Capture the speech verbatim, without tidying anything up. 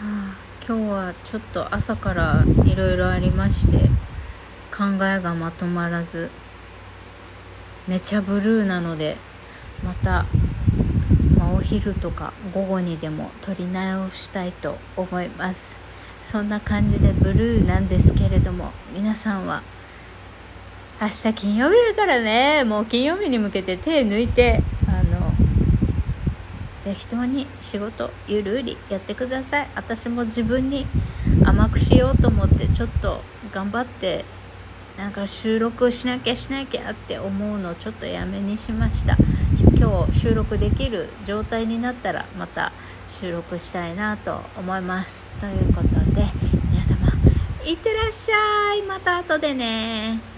あ、今日はちょっと朝からいろいろありまして考えがまとまらずめちゃブルーなので、また、まあ、お昼とか午後にでも撮り直したいと思います。そんな感じでブルーなんですけれども、皆さんは明日金曜日だからね、もう金曜日に向けて手抜いてあの適当に仕事ゆるりやってください。私も自分に甘くしようと思ってちょっと頑張ってなんか収録しなきゃしなきゃって思うのをちょっとやめにしました。今日収録できる状態になったらまた収録したいなと思います。ということで皆様いってらっしゃい。また後でね。